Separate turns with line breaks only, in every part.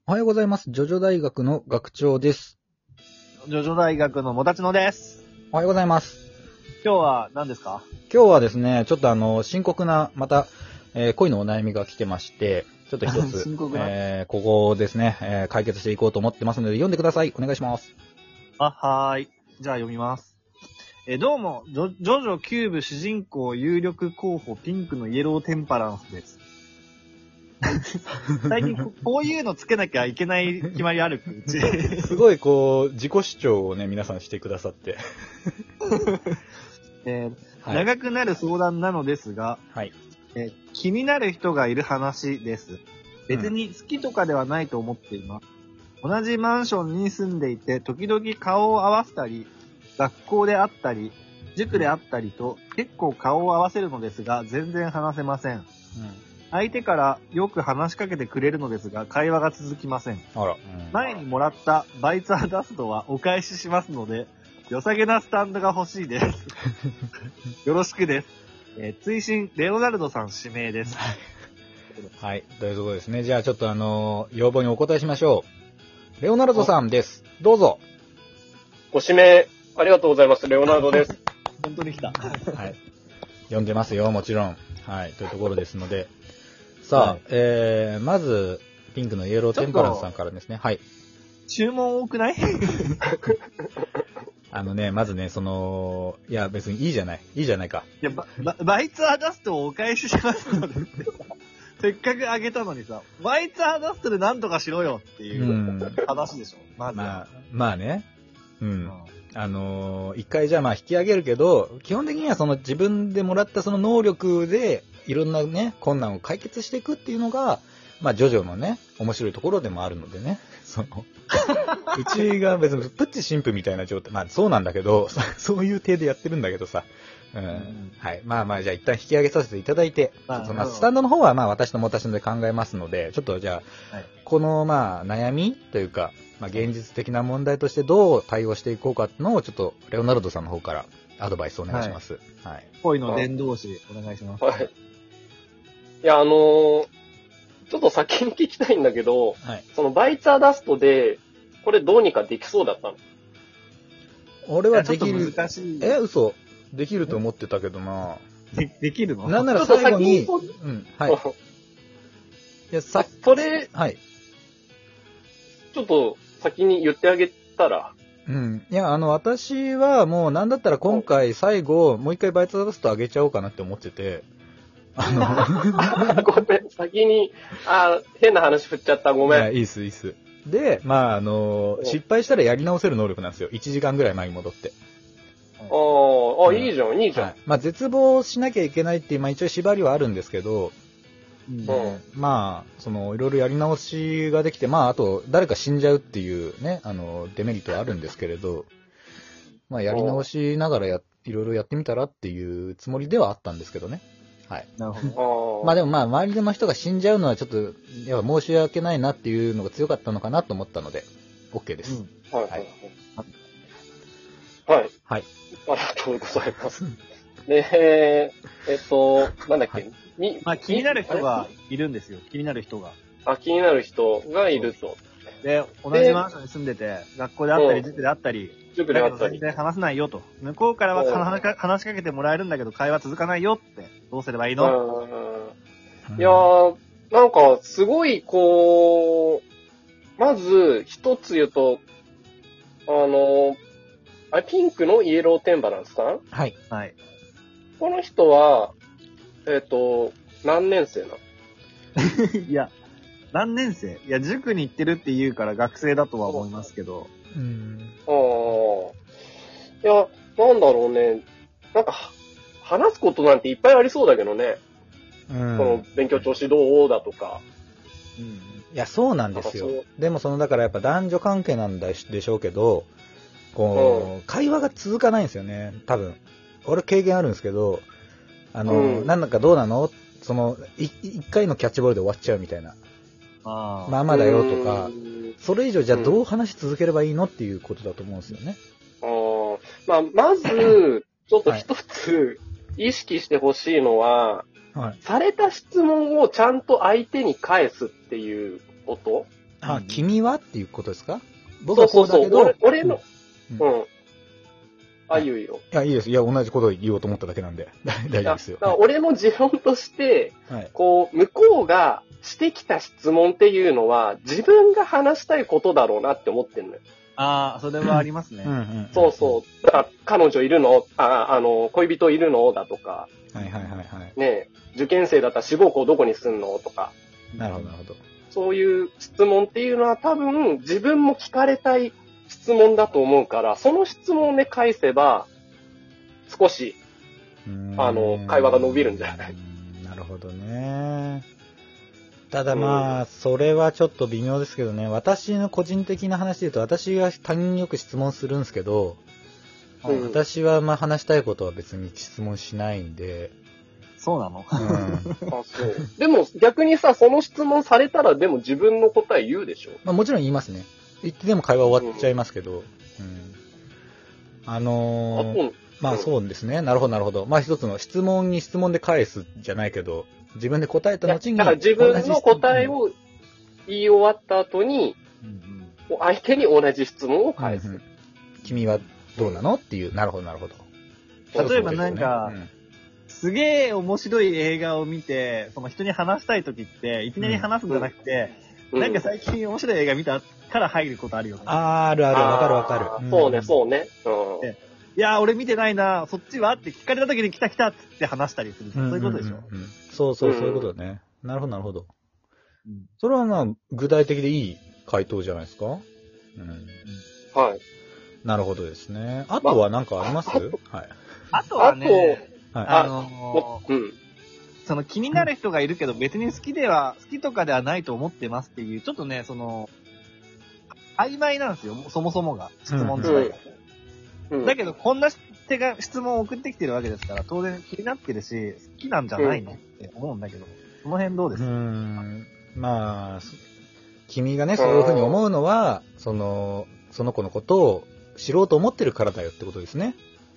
おはようございます。ジョジョ大学の学長です。
ジョジョ大学のもたちのです。
おはようございます。
今日は何ですか？
今日はですね、ちょっと深刻な、また、恋のお悩みが来てまして、ちょっと一つ、
深刻な
ここですね、解決していこうと思ってますので、読んでください。お願いします。
はーい。じゃあ読みます。どうも、ジョジョキューブ主人公有力候補ピンクのイエローテンパランスです。最近こういうのつけなきゃいけない決まりあるうち。
すごい自己主張をね、皆さんしてくださって。
はい、長くなる相談なのですが、
はい、
気になる人がいる話です。別に好きとかではないと思っています。同じマンションに住んでいて、時々顔を合わせたり、学校で会ったり、塾で会ったりと、結構顔を合わせるのですが、全然話せません。相手からよく話しかけてくれるのですが、会話が続きません。前にもらったバイツァーダストはお返ししますので、良さげなスタンドが欲しいです。よろしくです。追伸、レオナルドさん指名です。
はい、というところですね。じゃあちょっと要望にお答えしましょう。レオナルドさんです。どうぞ。
ご指名、ありがとうございます。レオナルドです。
本当に来た。
はい。読んでますよ、もちろん。はい、というところですので。さあ、はい、まず、ピンクのイエローテンパランスさんからですね。はい。
注文多くない？
まずね、いや、別にいいじゃない。いいじゃないか。
いや、バイツァーダストをお返ししますので。せっかくあげたのにさ、バイツァーダストでなんとかしろよっていう話でしょ。まずは。
まあね。うん。一回じゃあ引き上げるけど、基本的には自分でもらったその能力で、いろんなね、困難を解決していくっていうのが、ジョジョのね、面白いところでもあるのでね。うちが別にプッチ神父みたいな状態、そうなんだけど、そういう体でやってるんだけどさ。はい。じゃあ一旦引き上げさせていただいて、スタンドの方は私ので考えますので、ちょっとじゃあ、この悩みというか、現実的な問題としてどう対応していこうかっていうのをちょっとレオナルドさんの方からアドバイスお願いします。はい。
恋の伝道師お願いします。
はい。いや、ちょっと先に聞きたいんだけど、はい、そのバイツァーダストで、これどうにかできそうだったの？
俺はできる。
難しい。
嘘。できると思ってたけどな。
できるの？
なんなら最後に、はい。いや、
それ、
はい。
ちょっと先に言ってあげたら。
いや、私はもうなんだったら今回最後、もう一回バイツァーダスト上げちゃおうかなって思ってて。
ごめん、先に、変な話振っちゃった、ごめん。
いや、いいっす。で、失敗したらやり直せる能力なんですよ。1時間ぐらい前に戻って。
いいじゃん、いいじゃん。
はい、絶望しなきゃいけないっていう、一応縛りはあるんですけど、いろいろやり直しができて、あと、誰か死んじゃうっていうね、デメリットはあるんですけれど、やり直しながらいろいろやってみたらっていうつもりではあったんですけどね。はい。
なるほ
ど。でも周りの人が死んじゃうのはちょっと、やっぱ申し訳ないなっていうのが強かったのかなと思ったので、OK です。
はい。
はい。
はい。
はい。
ありがとうございます。で、なんだっけ、
気になる人がいるんですよ。気になる人が。
気になる人がいると。
で、同じマンションに住んでて、学校であったり、塾であったり、全然話せないよと。向こうからは話しかけてもらえるんだけど、会話続かないよって。どうすればいいの？
いやー、なんか、すごい、まず、一つ言うと、ピンクのイエローテンバランスさん？
はい。
はい。
この人は、何年生なの？
いや、何年生？いや、塾に行ってるって言うから学生だとは思いますけど。
いや、なんだろうね。なんか、話すことなんていっぱいありそうだけどね。この勉強調子どうだとか。
いや、そうなんですよ。でもだからやっぱ男女関係なんでしょうけど、会話が続かないんですよね、多分。俺経験あるんですけど、なんだかどうなの？一回のキャッチボールで終わっちゃうみたいな。まあだよとか、それ以上じゃあどう話し続ければいいのっていうことだと思うんですよね。
まず、ちょっと一つ意識してほしいのは、された質問をちゃんと相手に返すっていうこと？
あ、君はっていうことですか？僕はこうだけど。
そう、俺の、あ、言うよ。
いや、いいです。いや、同じことを言おうと思っただけなんで、大丈夫ですよ。
俺の持論として、こう、向こうがしてきた質問っていうのは、自分が話したいことだろうなって思ってんのよ。
ああ、それはありますね。
そうそう。だから彼女いるの？恋人いるの？だとか。ね、受験生だったら志望校どこに住んの？とか。
なるほど、なるほど。
そういう質問っていうのは多分自分も聞かれたい質問だと思うから、その質問で返せば、少し、会話が伸びるんじゃない？
なるほどね。ただまあ、それはちょっと微妙ですけどね。私の個人的な話で言うと、私が他人によく質問するんですけど、私はまあ話したいことは別に質問しないんで。
そうなの？
あ、そう。でも逆にさ、その質問されたらでも自分の答え言うでしょ？
まあもちろん言いますね。言ってでも会話終わっちゃいますけど。まあそうですね。なるほど、なるほど。まあ一つの質問に質問で返すじゃないけど、自分で答えた後に。
だから自分の答えを言い終わった後に、相手に同じ質問を返す。
君はどうなのっていう。なるほど、なるほど。
例えばなんか、すげえ面白い映画を見て、その人に話したいときって、いきなり話すんじゃなくて、なんか最近面白い映画見たから入ることあるよね。
あるある、わかるわかる。
そうね、そうね。
いやー、俺見てないな、そっちはって聞かれた時に来た来たって話したりする。そういうことでしょ？
そういうことね。なるほど、なるほど。それはまあ、具体的でいい回答じゃないですか？はい。なるほどですね。あとは何かあります？はい。
あとはね、その気になる人がいるけど別に好きとかではないと思ってますっていう、ちょっとね、その、曖昧なんですよ、そもそもが。質問自体が。だけど、こんな質問を送ってきてるわけですから、当然気になってるし、好きなんじゃないのって思うんだけど、その辺どうですか？
まあ、君がね、そういうふうに思うのは、その子のことを知ろうと思ってるからだよってことですね。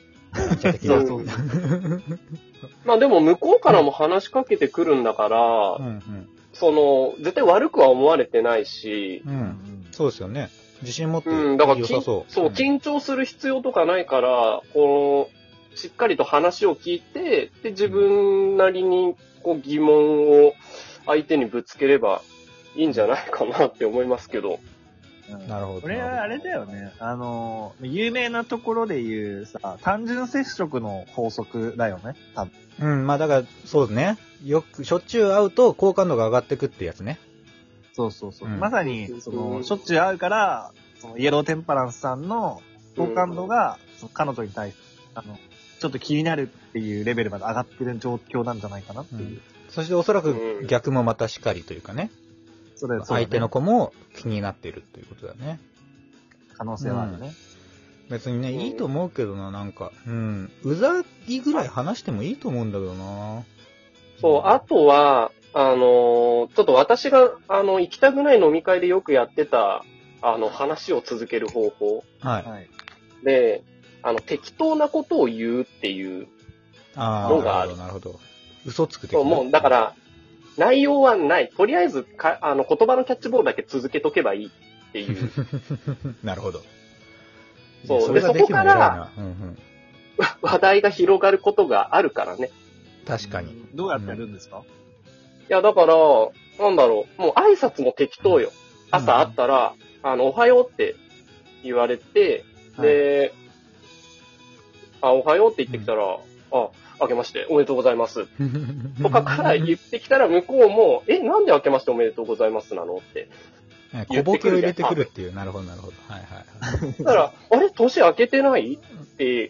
まあでも向こうからも話しかけてくるんだから、絶対悪くは思われてないし、
そうですよね。自信持って
だから
良さそう。
緊張する必要とかないから、しっかりと話を聞いて、で、自分なりに疑問を相手にぶつければいいんじゃないかなって思いますけど。
なるほど。
これはあれだよね。有名なところで言うさ、単純接触の法則だよね、多分。
まあだから、そうですね。しょっちゅう会うと好感度が上がってくってやつね。
そう。まさに、しょっちゅう会うから、イエローテンパランスさんの好感度が、彼女に対して、ちょっと気になるっていうレベルまで上がってる状況なんじゃないかなっていう。
そしておそらく逆もまたしかりというかね。相手の子も気になっているということだね。
可能性はあるね。
別にね、いいと思うけどな、なんか。うざいぐらい話してもいいと思うんだけどな。
そう、あとは、ちょっと私が、行きたくない飲み会でよくやってた、話を続ける方法。で、適当なことを言うっていうのがある。
なるほど。嘘つくって。
もう、だから、内容はない。とりあえず言葉のキャッチボールだけ続けとけばいいっていう。
なるほど。
そう。で、そこから、話題が広がることがあるからね。
確かに。
どうやってやるんですか？
いや、だから、なんだろう。もう挨拶も適当よ。朝会ったら、おはようって言われて、で、おはようって言ってきたら、明けましておめでとうございます。とかから言ってきたら向こうも、なんで明けましておめでとうございますなのって。
小ボケを入れてくるっていう。なるほど、なるほど。
だから、あれ年明けてないって、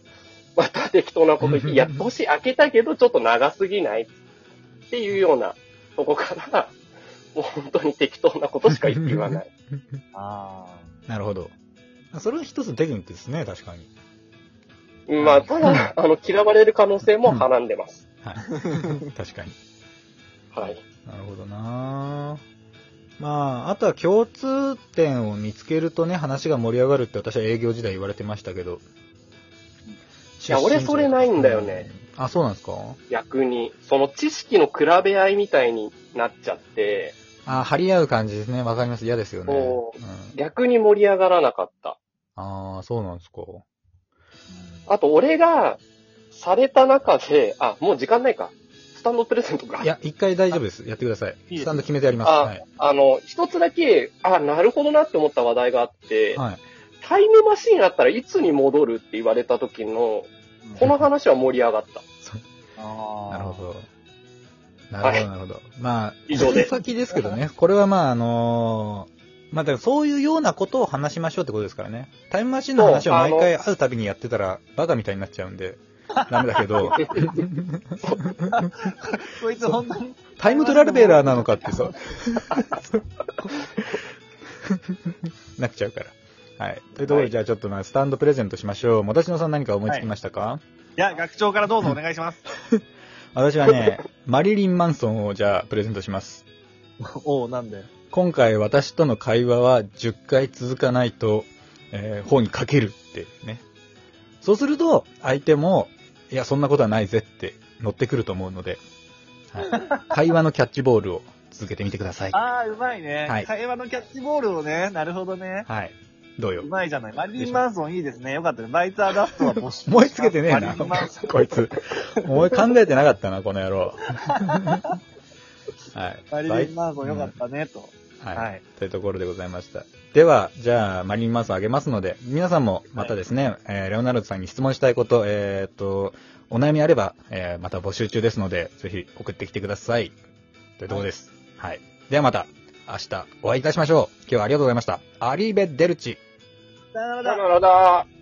また適当なこと言って、いや、年明けたけどちょっと長すぎないっていうようなとこから、もう本当に適当なことしか言わない。
なるほど。それは一つのテクニックですね、確かに。
まあ、ただ、嫌われる可能性もはらんでます。
はい。確かに。
はい。
なるほどな。まあ、あとは共通点を見つけるとね、話が盛り上がるって私は営業時代言われてましたけど。
いや、俺それないんだよね。
そうなんですか？
逆に。その知識の比べ合いみたいになっちゃって。
あ、張り合う感じですね。わかります。嫌ですよね。
もう
うん、
逆に盛り上がらなかった。
ああ、そうなんですか。
あと、俺が、された中で、あ、もう時間ないか。スタンドプレゼントか。
いや、一回大丈夫です。やってください。
いいです
スタンド決めてやります。
あ、
はい。
一つだけ、なるほどなって思った話題があって、
はい。
タイムマシーンあったらいつに戻るって言われた時の、この話は盛り上がった。
ああ。
なるほど。なるほど、なるほど。まあ、
以上です
先ですけどね。これはまあ、まあ、だからそういうようなことを話しましょうってことですからね。タイムマシンの話を毎回会うたびにやってたら、バカみたいになっちゃうんで、ダメだけど、
こいつ本当に。
タイムトラベラーなのかってそう。なっちゃうから。はい。というところで、じゃあちょっとまあ、スタンドプレゼントしましょう。もたちのさん何か思いつきましたか？
いや、学長からどうぞお願いします。
私はね、マリリン・マンソンをじゃあプレゼントします。
おう、なんで？
今回私との会話は10回続かないと、方にかけるってね。そうすると、相手も、いや、そんなことはないぜって乗ってくると思うので、はい、会話のキャッチボールを続けてみてください。
ああ、うまいね。
はい
会話のキャッチボールをね、なるほどね。
はい。どうよ
う。まいじゃない。マリリン・マンソンいいですね。よかったね。バイツ・ア・ダストは募集。
思いつけてねえな
マリリン・マンソン。
こいつ。考えてなかったな、この野郎。はい。
マリリン・マンソンよかったね、と。
はい。
はい
というところでございました。では、じゃあ、マリリン・マンソンあげますので、皆さんもまたですね、レオナルドさんに質問したいこと、お悩みあれば、また募集中ですので、ぜひ送ってきてください。というところです。はい。ではまた、明日お会いいたしましょう。今日はありがとうございました。アリーベ・デルチ。
さよなら
さよならだ。